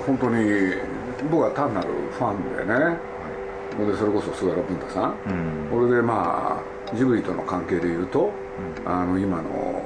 本当に僕は単なるファンでね、でそれこそ菅原文太さん、これでまあジブリとの関係でいうと、今の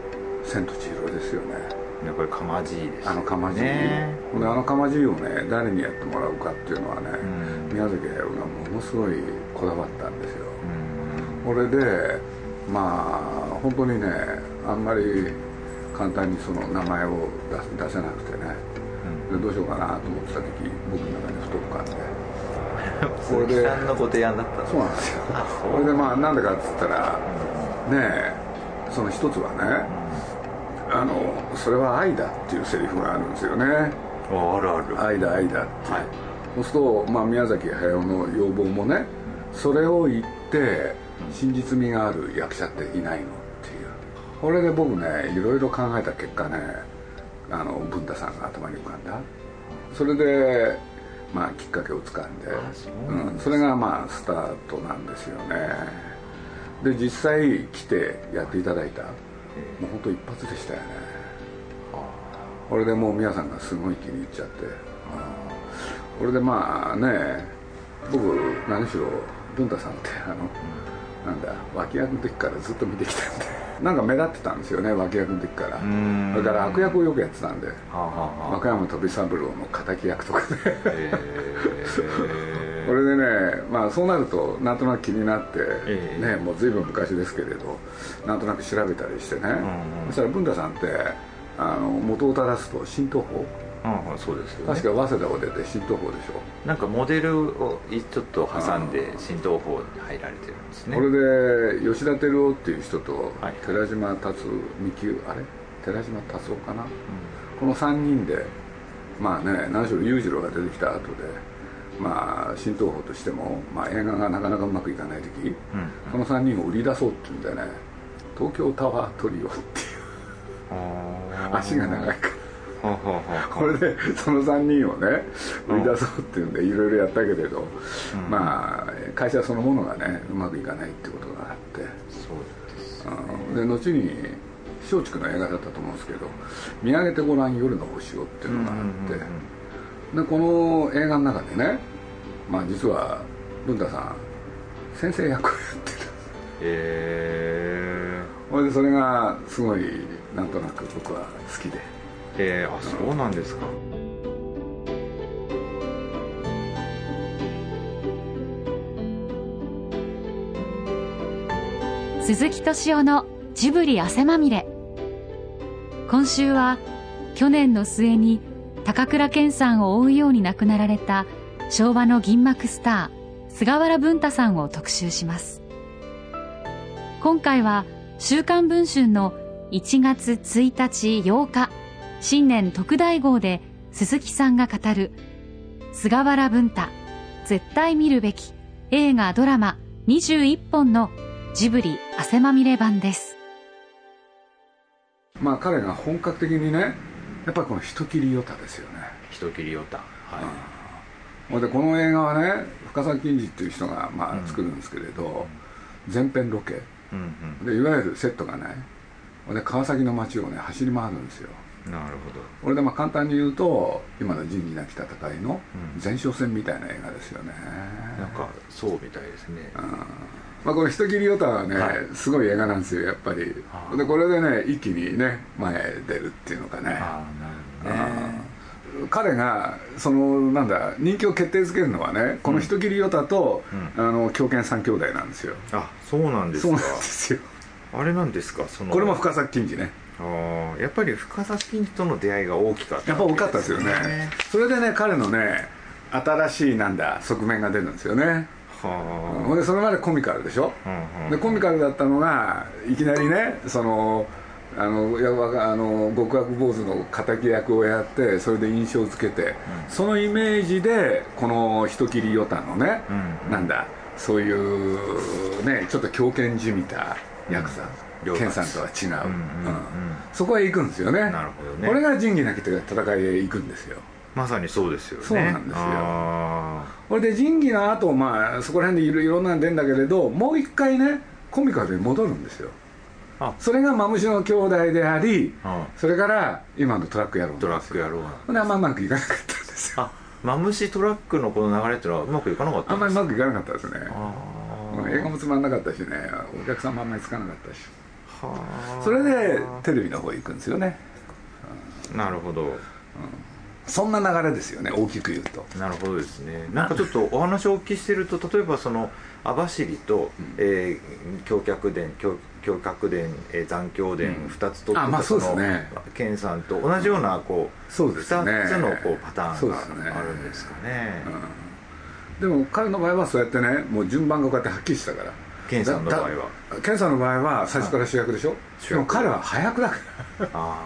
「千と千尋」ですよね。 やっぱりかまじいですよね。 かまじいでかまじいをね誰にやってもらうかっていうのはね、宮崎駿がものすごいこだわったんですよ。これでまあ本当にねあんまり簡単にその名前を出せなくてね、でどうしようかなと思ってた時僕の中にふと浮かんで鈴木さんのご提案だったんです。 そうなんですよ。これでまあなんでかっつったらねその一つはねそれは愛だっていうセリフがあるんですよね。 あるある。 愛だ愛だって、はい、そうすると、まあ、宮崎駿の要望もねそれを言って真実味がある役者っていないのっていう。これで僕ねいろいろ考えた結果ね文太さんが頭に浮かんだ。それでまあきっかけをつかんで、それがまあスタートなんですよね。で実際来てやっていただいたもう本当一発でしたよね。これでもう皆さんがすごい気に入っちゃって、これでまあね僕何しろ文太さんってなんだ脇役の時からずっと見てきたんでなんか目立ってたんですよね脇役の時から。それから悪役をよくやってたんで、和歌山飛三郎の敵役とかでこれでね、まあそうなるとなんとなく気になって、ね、もう随分昔ですけれどなんとなく調べたりしてね、そしたら文太さんって元を正すと新東宝、 そうですよね。 確か早稲田を出て新東宝でしょ。 なんかモデルをちょっと挟んで新東宝に入られてるんですね。 これで吉田照夫っていう人と寺島達寺島達夫かな、この3人でまあね何しろ裕次郎が出てきた後でまあ新東宝としても、まあ、映画がなかなかうまくいかない時、この3人を売り出そうっていうんでね東京タワートリオっていう足が長いからこれでその3人をね売り出そうっていうんでいろいろやったけれど、まあ会社そのものがねうまくいかないってことがあって、 そうです、 で後に松竹の映画だったと思うんですけど「見上げてごらん夜の星を」っていうのがあって、でこの映画の中でね、まあ実は文太さん先生役をやってる。それでそれがすごいなんとなく僕は好きで。 そうなんですか。 鈴木敏夫のジブリ汗まみれ。今週は去年の末に高倉健さんを追うように亡くなられた昭和の銀幕スター菅原文太さんを特集します。今回は週刊文春の1月1日8日新年特大号で鈴木さんが語る菅原文太絶対見るべき映画ドラマ21本のジブリ汗まみれ版です。 まあ彼が本格的にねやっぱりこの人斬りヨタですよね。 人斬りヨタ、 でこの映画はね深作欣二っていう人がまあ作るんですけれど、全編ロケ、でいわゆるセットがないで川崎の街をね走り回るんですよ。 なるほど。 これでまあ簡単に言うと今の仁義なき戦いの前哨戦みたいな映画ですよね。 なんかそうみたいですね。 まあこの人斬りヨタはね、すごい映画なんですよやっぱり。でこれでね一気にね前へ出るっていうのかね。彼がそのなんだ人気を決定づけるのはねこの人斬りヨタと、狂犬三兄弟なんですよ。 そうなんですか。 そうなんですよ。 あれなんですかこれも深作欣二ね。 やっぱり深作欣二との出会いが大きかった、 やっぱ多かったですよね。それでね彼のね新しいなんだ側面が出るんですよね。でそれまでコミカルでしょ、でコミカルだったのがいきなりねその極悪坊主の敵役をやってそれで印象付けて、そのイメージでこの人斬りヨタのね、なんだそういうねちょっと狂犬じみた役者、健さんとは違う、そこへ行くんですよね。 なるほどね。 これが仁義なき戦いへ行くんですよ。 まさにそうですよね。 そうなんですよ。これで仁義の後、まあそこら辺でいろんなの出るんだけれどもう一回ねコミカルに戻るんですよ。それがマムシの兄弟であり、それから今のトラック野郎なんですよ。 トラック野郎ほんであんまうまくいかなかったんでですよ。 マムシトラックのこの流れっていうのはうまくいかなかったあんまりんですか？ うまくいかなかったですね。映画もつまんなかったしね、お客さんもあんまりつかなかったし、それでテレビの方へ行くんですよね。 なるほど、 そんな流れですよね、大きく言うと。 なるほどですね。なんかちょっとお話をお聞きしてると、例えばその網走と、橋脚伝、残響伝2つとってそうですね、 健さんと同じようなこうそうですね、 2つのこうパターンがあるんですかね。 でも彼の場合はそうやってね、もう順番がこうやってはっきりしたから。 健さんの場合は健さんの場合は最初から主役でしょ。でも彼は早くだから。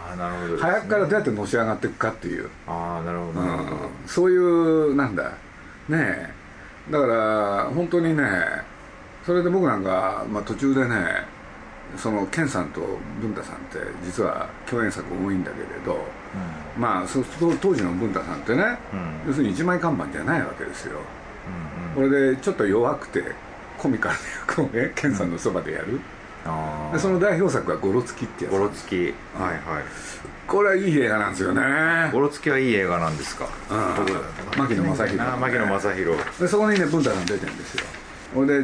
なるほどですね。 早くからどうやってのし上がっていくかっていう。 なるほど、 そういうなんだねえ、だから本当にね、それで僕なんか、途中でね、その健さんと文太さんって実は共演作多いんだけれど、当時の文太さんってね、要するに一枚看板じゃないわけですよ。これでちょっと弱くてコミカルな役をね、健さんのそばでやる。でその代表作がゴロツキってやつ。 ゴロツキ、 これはいい映画なんですよね。 ゴロツキはいい映画なんですか。 牧野正弘。 牧野正弘でそこにね文太さん出てるんですよ。これで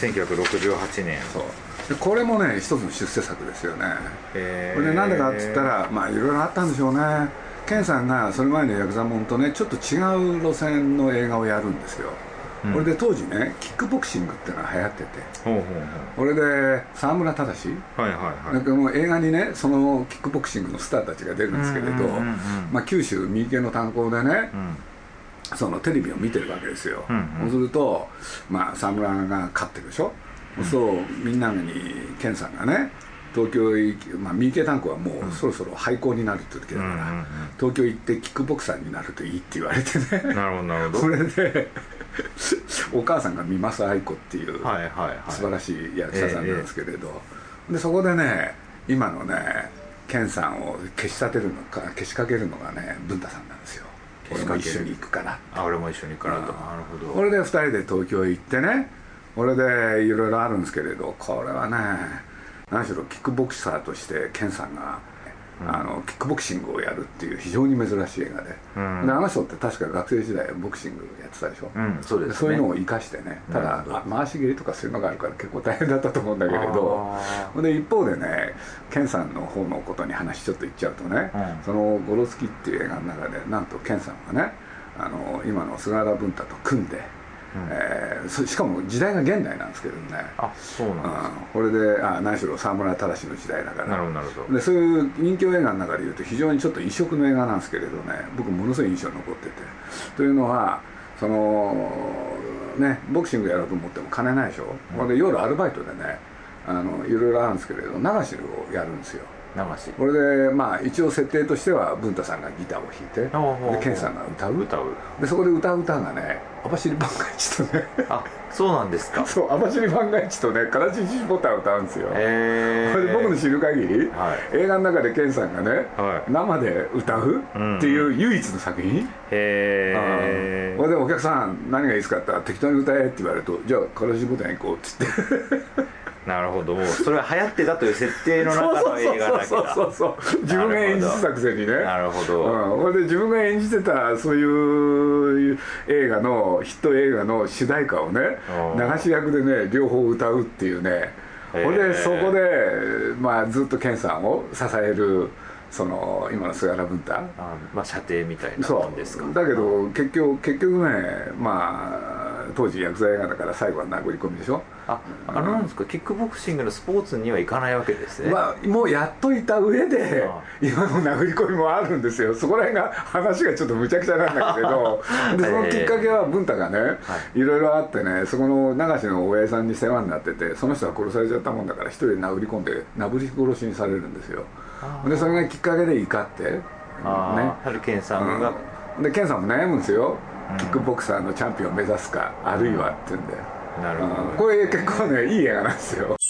1968年。 そうでこれもね一つの出世作ですよね。これでなんでかっつったらいろいろあったんでしょうね。健さんがそれ前のヤクザモンとねちょっと違う路線の映画をやるんですよ。これで当時ねキックボクシングっていうのが流行ってて、これで沢村忠なんかもう映画にねそのキックボクシングのスターたちが出るんですけれど、九州三池の炭鉱でね、そのテレビを見てるわけですよ。そうすると沢村が勝ってるでしょ。そうみんなに健さんがね東京行き、三池炭鉱はもうそろそろ廃校になるって時だから、東京行ってキックボクサーになるといいって言われてね。 なるほどなるほど。 それでお母さんが三政愛子っていう素晴らしい役者さんなんですけれど、でそこでね今のね健さんをけしかけるのがね文太さんなんですよ。俺も一緒に行くから俺も一緒に行くからと。なるほど。 これで2人で東京行ってね、これでいろいろあるんですけれど、これはね何しろキックボクサーとして健さんがキックボクシングをやるっていう非常に珍しい映画で、であの人って確か学生時代ボクシングやってたでしょ。 そうですね。 そういうのを生かしてね、ただ回し蹴りとかそういうのがあるから結構大変だったと思うんだけれど、で一方でね健さんの方のことに話ちょっと言っちゃうとね、その「ゴロツキ」っていう映画の中でなんと健さんがね今の菅原文太と組んで、しかも時代が現代なんですけどね。 そうなんですか。 これで何しろ沢村忠の時代だから。 なるほど。 でそういう人気映画の中でいうと非常にちょっと異色の映画なんですけれどね、僕ものすごい印象に残ってて、というのはそのねボクシングやろうと思っても金ないでしょ。これで夜アルバイトでねいろいろあるんですけれど流しをやるんですよ。これで一応設定としては文太さんがギターを弾いて、で健さんが歌うでそこで歌う歌がね網走番外地とねそうなんですか。 そう網走番外地とねからしシボタンを歌うんですよ。これで僕の知る限り、映画の中で健さんがね、生で歌うっていう唯一の作品。これでお客さん何がいいですかって言ったら適当に歌えって言われると、じゃあからしボタン行こうって言って。 なるほど。もうそれは流行ってたという設定の中の映画だけだ。 そう自分が演じてたくせにね。 なるほど。 これで自分が演じてたそういう映画のヒット映画の主題歌をね流し役でね両方歌うっていうね。これでそこでずっと健さんを支えるその今の菅原文太、 射程みたいなもんですか。 だけど結局ね当時ヤクザ映画だから最後は殴り込みでしょ。 なんですか、キックボクシングのスポーツにはいかないわけですね。 もうやっといた上で今の殴り込みもあるんですよ。そこら辺が話がちょっとむちゃくちゃなんだけれどでそのきっかけは文太がねいろいろあってね、そこの流しの親父さんに世話になってて、その人が殺されちゃったもんだから一人で殴り込んでなぶり殺しにされるんですよ。でそれがきっかけで怒ってね、 健さんがで健さんも悩むんですよ。キックボクサーのチャンピオンを目指すかあるいはって言うんで。 なるほど。 これ結構ねいい映画なんですよ。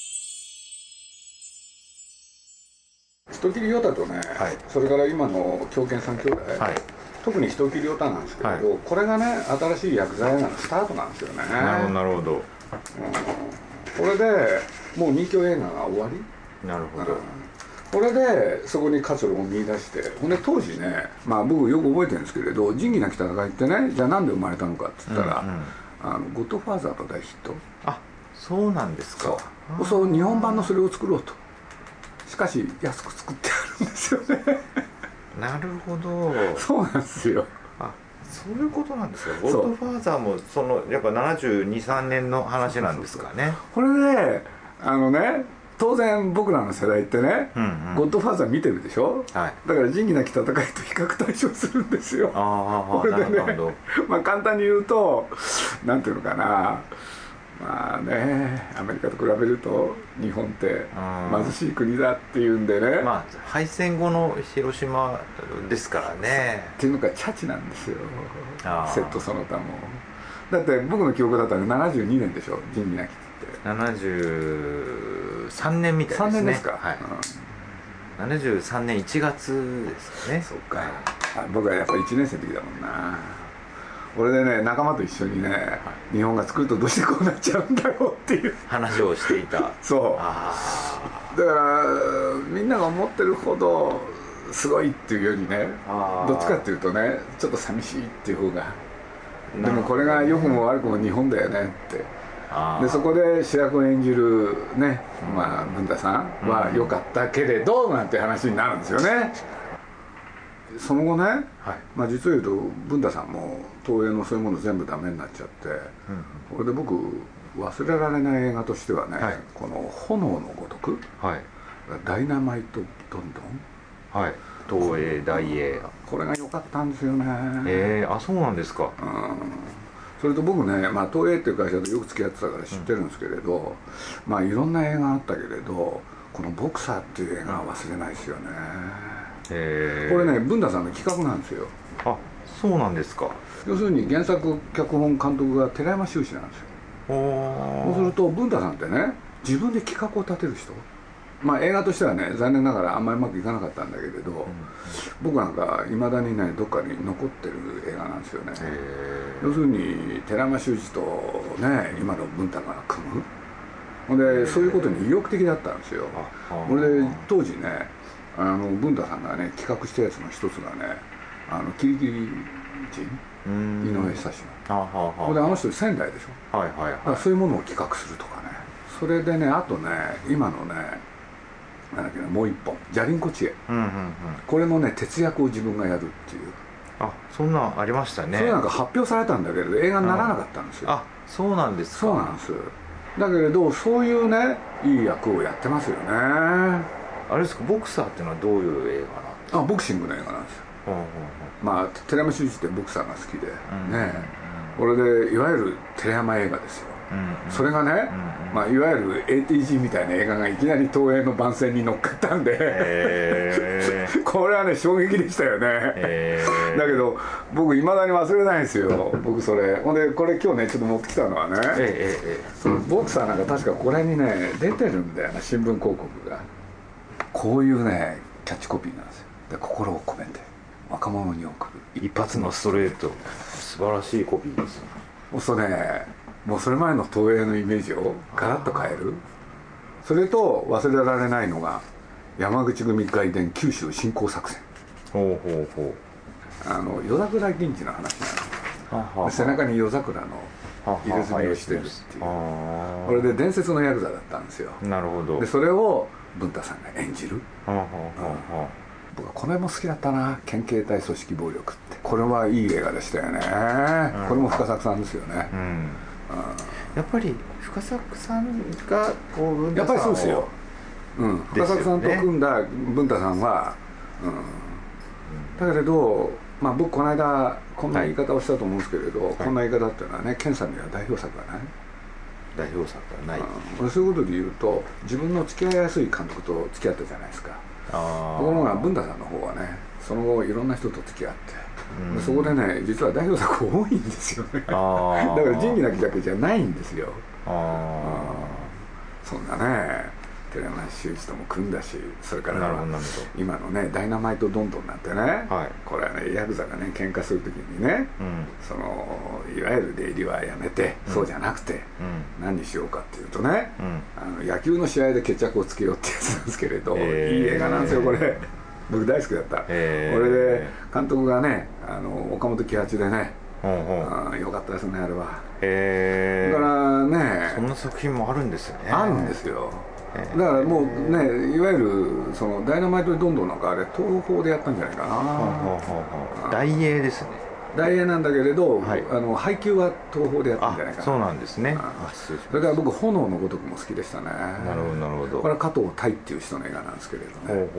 人斬りヨタとね、それから今の狂犬三兄弟、特に人斬りヨタなんですけど、これがね新しいヤクザ映画のスタートなんですよね。 なるほど。 これでもう人気映画が終わり。 なるほど。 これでそこに活路を見出して、ほんで当時ね、まあ僕よく覚えてるんですけれど、仁義なき戦いってね、じゃあなんで生まれたのかって言ったら、ゴッドファーザーの大ヒット。 あ、そうなんですか。 そう日本版のそれを作ろうと。しかし安く作ってあるんですよね。 なるほど。 そうなんですよ。 あ、そういうことなんですか。ゴッドファーザーもそのやっぱ72、3年の話なんですかね。 これでね、当然僕らの世代ってね、ゴッドファーザー見てるでしょ、はい、だから仁義なき戦いと比較対象するんですよ。これでね、まあ簡単に言うと、なんていうのかな、まあね、アメリカと比べると日本って貧しい国だっていうんでね、 まあ敗戦後の広島ですからね。 っていうのがチャチなんですよ、セットその他も。だって僕の記憶だったら72年でしょ、仁義なきって 73年みたいですね。 3年ですか。 はい、73年1月ですかね。 そうか、僕はやっぱり1年生の時だもんな。俺でね、仲間と一緒にね、日本が作るとどうしてこうなっちゃうんだろうっていう話をしていた。 そうだからみんなが思ってるほどすごいっていうよりね、どっちかっていうとね、ちょっと寂しいっていう方が、でもこれが良くも悪くも日本だよねって。でそこで主役を演じるね、まあ文太さんは良かったけれどなんて話になるんですよね。その後ね、まあ実を言うと文太さんも東映のそういうもの全部ダメになっちゃって、これで僕忘れられない映画としてはね、この「炎のごとく」ダイナマイトどんどん」、 東映大映、 これが良かったんですよね。 あ、そうなんですか。 それと僕ね、まあ、東映っていう会社とよく付き合ってたから知ってるんですけれど、まあいろんな映画あったけれど、この「ボクサー」っていう映画は忘れないですよね。これね、文太さんの企画なんですよ。 あ、そうなんですか。 要するに原作脚本監督が寺山修司なんですよ。そうすると文太さんってね、自分で企画を立てる人。まあ映画としてはね、残念ながらあんまりうまくいかなかったんだけれど、僕なんかいまだにね、どっかに残ってる映画なんですよね。要するに寺山修司とね、今の文太が組む。ほんでそういうことに意欲的だったんですよ。これで当時ね、文太さんがね企画したやつの一つがね、キリキリ人、井上久志の。これであの人仙台でしょ。だからそういうものを企画するとかね。それでね、あとね、今のね、なんだっけな、もう一本じゃりんこ知恵、これのね鉄役を自分がやるっていう。 あ、そんなんありましたね。 それなんか発表されたんだけれど映画にならなかったんですよ。 あ、そうなんですか。 そうなんです。だけれどそういうね、いい役をやってますよね。 あれですか、ボクサーっていうのはどういう映画なんですか。 ボクシングの映画なんですよ。まあ寺山修司ってボクサーが好きでね、これでいわゆる寺山映画ですよ。それがね、まあ、いわゆる ATG みたいな映画がいきなり東映の番宣に乗っかったんで、これはね衝撃でしたよね。だけど僕いまだに忘れないんですよ。僕それほんで、これ今日ねちょっと持ってきたのはね、そのボクサーなんか確かこれにね出てるんだよな、新聞広告が。こういうねキャッチコピーなんですよ。で、心を込めて若者に送る一発のストレート。素晴らしいコピーです。 そうね、もうそれ前の東映のイメージをガラッと変える。それと忘れられないのが山口組外伝九州侵攻作戦。夜桜銀次の話なんです。背中に夜桜の入れ墨をしてるっていう、これで伝説のヤクザだったんですよ。 なるほど。でそれを文太さんが演じる。僕はこれも好きだったな、県警隊組織暴力って。これはいい映画でしたよね。これも深作さんですよね。 やっぱり深作さんがこう文太さんを、やっぱりそうですよ。 深作さんと組んだ文太さんは、だけれど、まあ僕この間こんな言い方をしたと思うんですけれど、こんな言い方っていうのはね、健さんには代表作がない。 代表作がない。 そういうことで言うと、自分の付き合いやすい監督と付き合ったじゃないですか。ところが文太さんの方はね、その後いろんな人と付き合って、そこでね実は代表作多いんですよね。だから仁義なきだけじゃないんですよ。そんなね、 寺山修司とも組んだし、それから今のねダイナマイトドンドンなんてね、 はい、 これはねヤクザがね喧嘩する時にね、そのいわゆる出入りはやめて、そうじゃなくて、何にしようかっていうとね、野球の試合で決着をつけようってやつなんですけれど、いい映画なんですよこれ。僕大好きだった。これで監督がね岡本喜八でね、よかったですねあれは。だからね、 そんな作品もあるんですよね。 あるんですよ。だからもうね、いわゆるそのダイナマイトドンドンなんかあれ東宝でやったんじゃないかな。 大映ですね。 大映なんだけれど、配給は東宝でやったんじゃないかな。 そうなんですね。 それから僕炎のごとくも好きでしたね。 なるほどなるほど。 これは加藤大っていう人の映画なんですけれどね。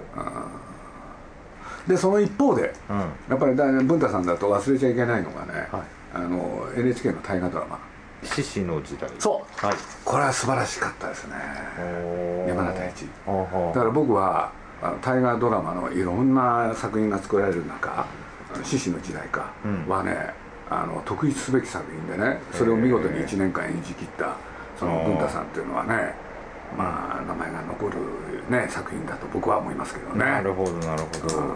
でその一方で、やっぱり文太さんだと忘れちゃいけないのがね、NHK の大河ドラマ獅子の時代。 そう、これは素晴らしかったですね。山田太一。だから僕は大河ドラマのいろんな作品が作られる中、獅子の時代かはね、特筆すべき作品でね、それを見事に1年間演じきったその文太さんっていうのはね、まあ名前が残るね作品だと僕は思いますけどね。 なるほどなるほど。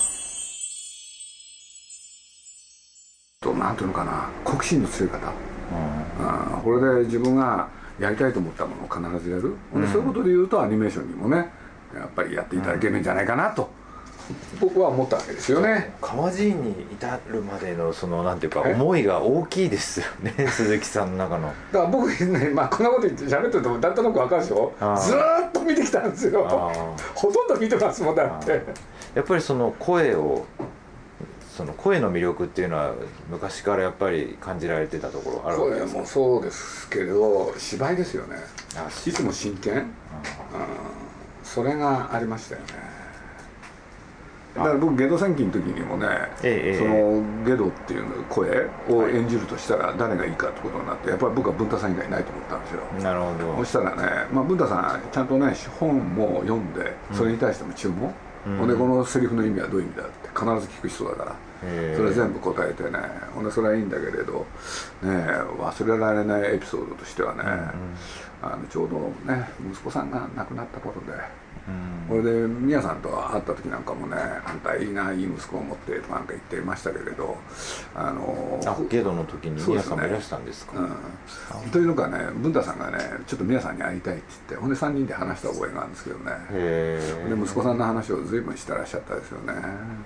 なんていうのかな、好奇心の強い方、これで自分がやりたいと思ったものを必ずやる、そういうことでいうとアニメーションにもねやっぱりやっていただけるんじゃないかなと、僕は思ったわけですよね。 川爺に至るまでのそのなんていうか思いが大きいですよね鈴木さんの中の。 だから僕ね、こんなこと言って喋ってるとなんとなく分かるでしょ。ずーっと見てきたんですよ。ほとんど見てますもんだって。 やっぱりその声の魅力っていうのは昔からやっぱり感じられてたところあるわけですか。 声もそうですけど芝居ですよね。いつも真剣、それがありましたよね。だから僕ゲド戦記の時にもね、そのゲドっていう声を演じるとしたら誰がいいかってことになって、やっぱり僕は文太さん以外ないと思ったんですよ。 なるほど。 そしたらね、文太さんちゃんとね本も読んで、それに対しても注文、ほんでこのセリフの意味はどういう意味だって必ず聞く人だから、それ全部答えてね、ほんでそれはいいんだけれどね、忘れられないエピソードとしてはね、ちょうどね息子さんが亡くなったことで、これで宮さんと会った時なんかもね、あんたいいな、いい息子を持ってとなんか言っていましたけれど、 ゲドの時に宮さんもいらしたんですか。 というのかね、文太さんがねちょっと宮さんに会いたいって言って、ほんで3人で話した覚えがあるんですけどね。で息子さんの話を随分してらっしゃったですよね。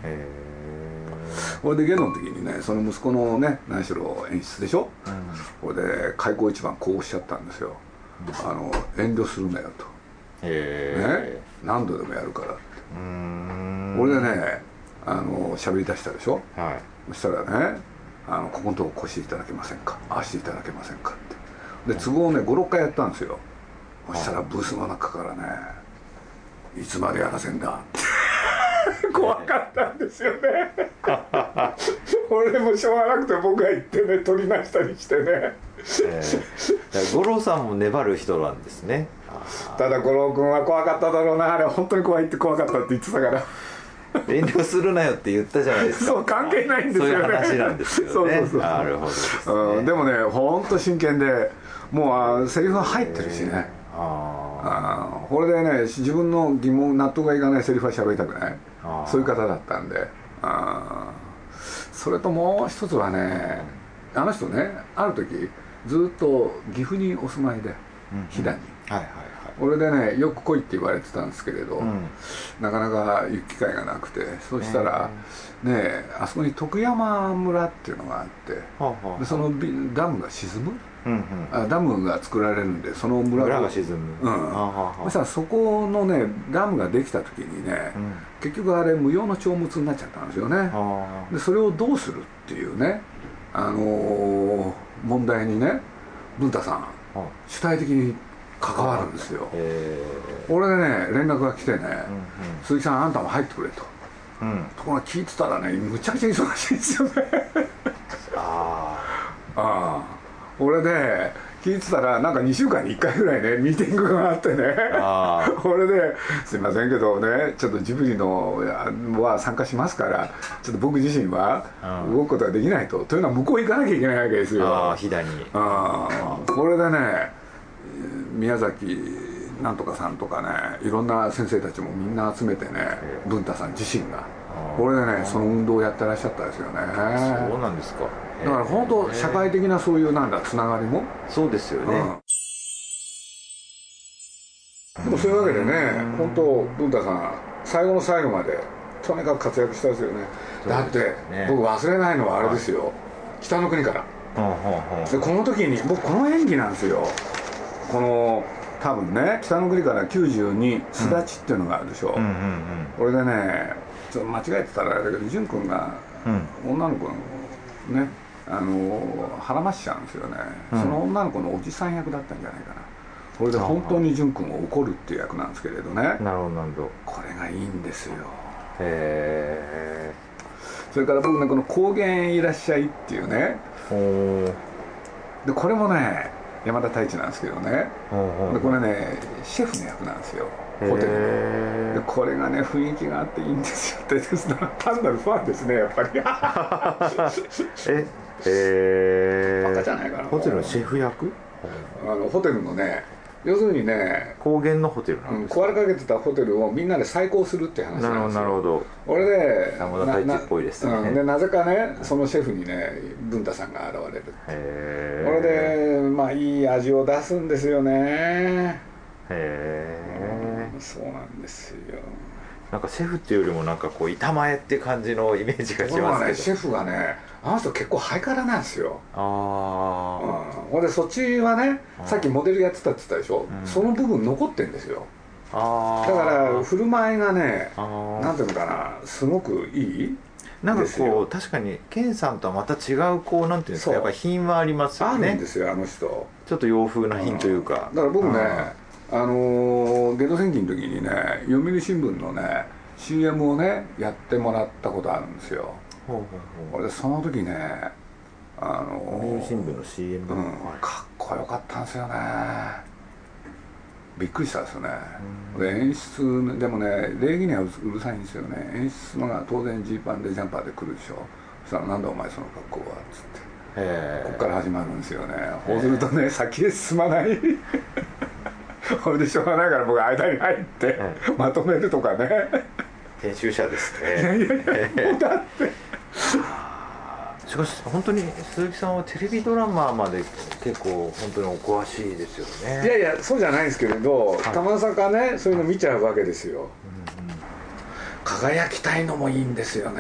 これでゲドの時にね、その息子のね何しろ演出でしょ、これで開口一番こうおっしゃったんですよ。遠慮するなよと、ね、何度でもやるからって。これでね喋り出したでしょ、そしたらねここのとここうしていただけませんか、ああしていただけませんかってで都合ね 5,6 回やったんですよ。そしたらブースの中からね、いつまでやらせんだって怖かったんですよね俺でもしょうがなくて僕が行ってね取り出したりしてね五郎さんも粘る人なんですね。 ただ五郎君は怖かっただろうな、あれ本当に怖かったって言ってたから遠慮するなよって言ったじゃないですか。 そう関係ないんですよね。 そういう話なんですよね。そうなるほどですね。 でもね本当真剣で、もうセリフが入ってるしね。これでね自分の疑問納得がいかないセリフは喋りたくない、そういう方だったんで。それともう一つはね、あの人ねある時ずっと岐阜にお住まいで、飛騨に、これでねよく来いって言われてたんですけれど、なかなか行く機会がなくて、そうしたらねあそこに徳山村っていうのがあって、でそのダムが沈む、ダムが作られるんで、その村が沈む、 そしたらそこのねダムができた時にね、結局あれ無用の長物になっちゃったんですよね。でそれをどうするっていうね問題にね文太さん主体的に関わるんですよ。これでね連絡が来てね、鈴木さんあんたも入ってくれと。ところが聞いてたらねむちゃくちゃ忙しいんですよねこれで聞いてたらなんか2週間に1回ぐらいねミーティングがあってねこれですいませんけどね、ちょっとジブリのは参加しますからちょっと僕自身は動くことができないと。というのは向こう行かなきゃいけないわけですよ。 飛騨に。 これでね宮崎なんとかさんとかね、いろんな先生たちもみんな集めてね、文太さん自身がこれでね、その運動をやってらっしゃったんですよね。 そうなんですか。 だから本当社会的なそういうつながりもそうですよね、 でもそういうわけでね、本当文太さん最後の最後までとにかく活躍したんですよね。だって、僕忘れないのはあれですよ、北の国から、でこの時に僕この演技なんですよ。この多分ね、北の国から92すだちっていうのがあるでしょ。これでね、ちょっと間違えてたらあれだけど、淳君が女の子のね、腹ましちゃうんですよね、その女の子のおじさん役だったんじゃないかな。これで本当に淳君を怒るっていう役なんですけれどね。 なるほどなるほど。 これがいいんですよ。 へそれから僕ね、この高原いらっしゃいっていうね、でこれもね山田太一なんですけどね、でこれねシェフの役なんですよ、ホテルで。これがね雰囲気があっていいんですよって、単なるファンですね、やっぱり。バカじゃないかな。 ホテルのシェフ役？ ホテルのね、要するにね、 高原のホテルなんですか。 壊れかけてたホテルをみんなで再興するっていう話なんですよ。 なるほど。 俺で山田太一っぽいですね。 でなぜかね、そのシェフにね文太さんが現れる。これでいい味を出すんですよね。そうなんですよ。 なんかシェフっていうよりもなんかこう板前って感じのイメージがしますけど、 シェフがね、あの人結構ハイカラなんですよ。ほんでそっちはね、さっきモデルやってたって言ったでしょ、その部分残ってんですよ。だから振る舞いがね、なんていうのかな、すごくいい。 なんかこう確かに健さんとはまた違うこうなんていうんですか、やっぱり品はありますよね。 あるんですよ、あの人。 ちょっと洋風な品というか。 だから僕ね、ゲド戦記の時にね、読売新聞のね CM をねやってもらったことあるんですよ。俺でその時ね、 読売新聞の CM、 かっこよかったんですよね。びっくりしたんですよね。で演出でもね、礼儀にはうるさいんですよね。演出のが当然ジーパンでジャンパーで来るでしょ。そしたらなんだお前その格好はっつって、ここから始まるんですよね。そうするとね、先へ進まないこれでしょうがないから僕間に入ってまとめるとかね。 編集者ですね。 もうだってしかし本当に鈴木さんはテレビドラマまで結構本当にお詳しいですよね。 いやいや、そうじゃないんですけれど、たまさかねそういうの見ちゃうわけですよ。輝きたいのもいいんですよね。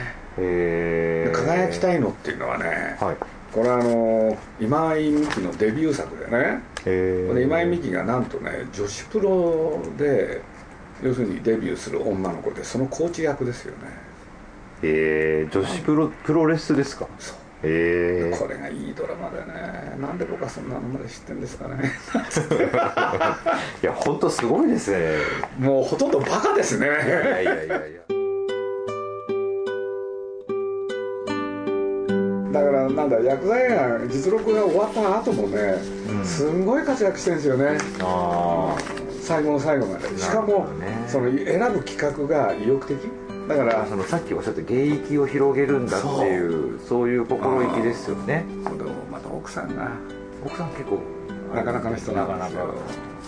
輝きたいのっていうのはね、これは今井美樹のデビュー作でね、今井美樹がなんとね女子プロで要するにデビューする女の子で、そのコーチ役ですよね。 女子プロレスですか。 そう、これがいいドラマでね、なんで僕はそんなのまで知ってるんですかね。 いや本当すごいですね。 もうほとんどバカですね。いやだからなんだ、薬剤映画実録が終わった後もね、すんごい活躍してるんですよね。最後の最後まで。しかも、その選ぶ企画が意欲的だから、 そのさっきおっしゃった芸域を広げるんだっていう、そういう心意気ですよね。 それをまた奥さん結構なかなかの人なんですよ。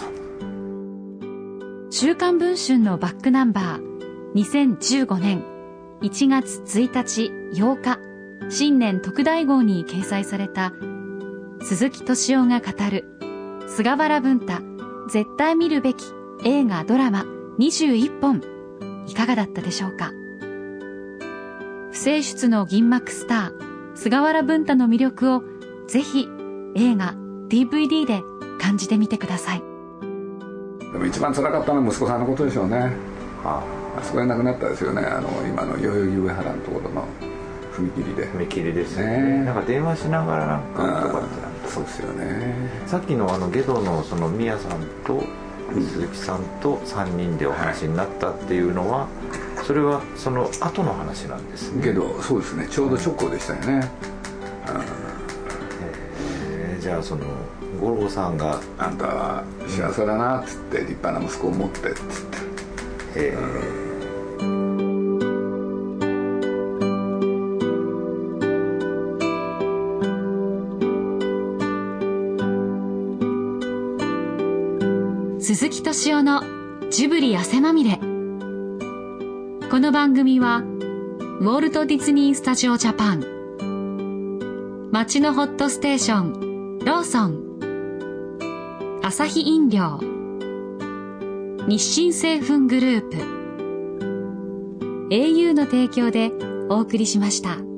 週刊文春のバックナンバー、2015年1月1日8日新年特大号に掲載された鈴木敏夫が語る菅原文太絶対見るべき映画ドラマ21本、いかがだったでしょうか。不世出の銀幕スター菅原文太の魅力をぜひ映画 DVD で感じてみてください。 でも一番辛かったのは息子さんのことでしょうね。あそこへ亡くなったですよね。今の代々木上原のところの踏切ですね。なんか電話しながらなんかとかってなんそうですよね。 さっきのゲドのその宮さんと鈴木さんと3人でお話になったっていうのは、それはその後の話なんですね。 けどそうですね、ちょうど直後でしたよね。 じゃあその五郎さんがあんたは幸せだなっつって立派な息子を持ってっつって、 鈴木敏夫のジブリ汗まみれ。この番組はウォルト・ディズニー・スタジオ・ジャパン、街のホットステーションローソン、アサヒ飲料、日清製粉グループ、au の提供でお送りしました。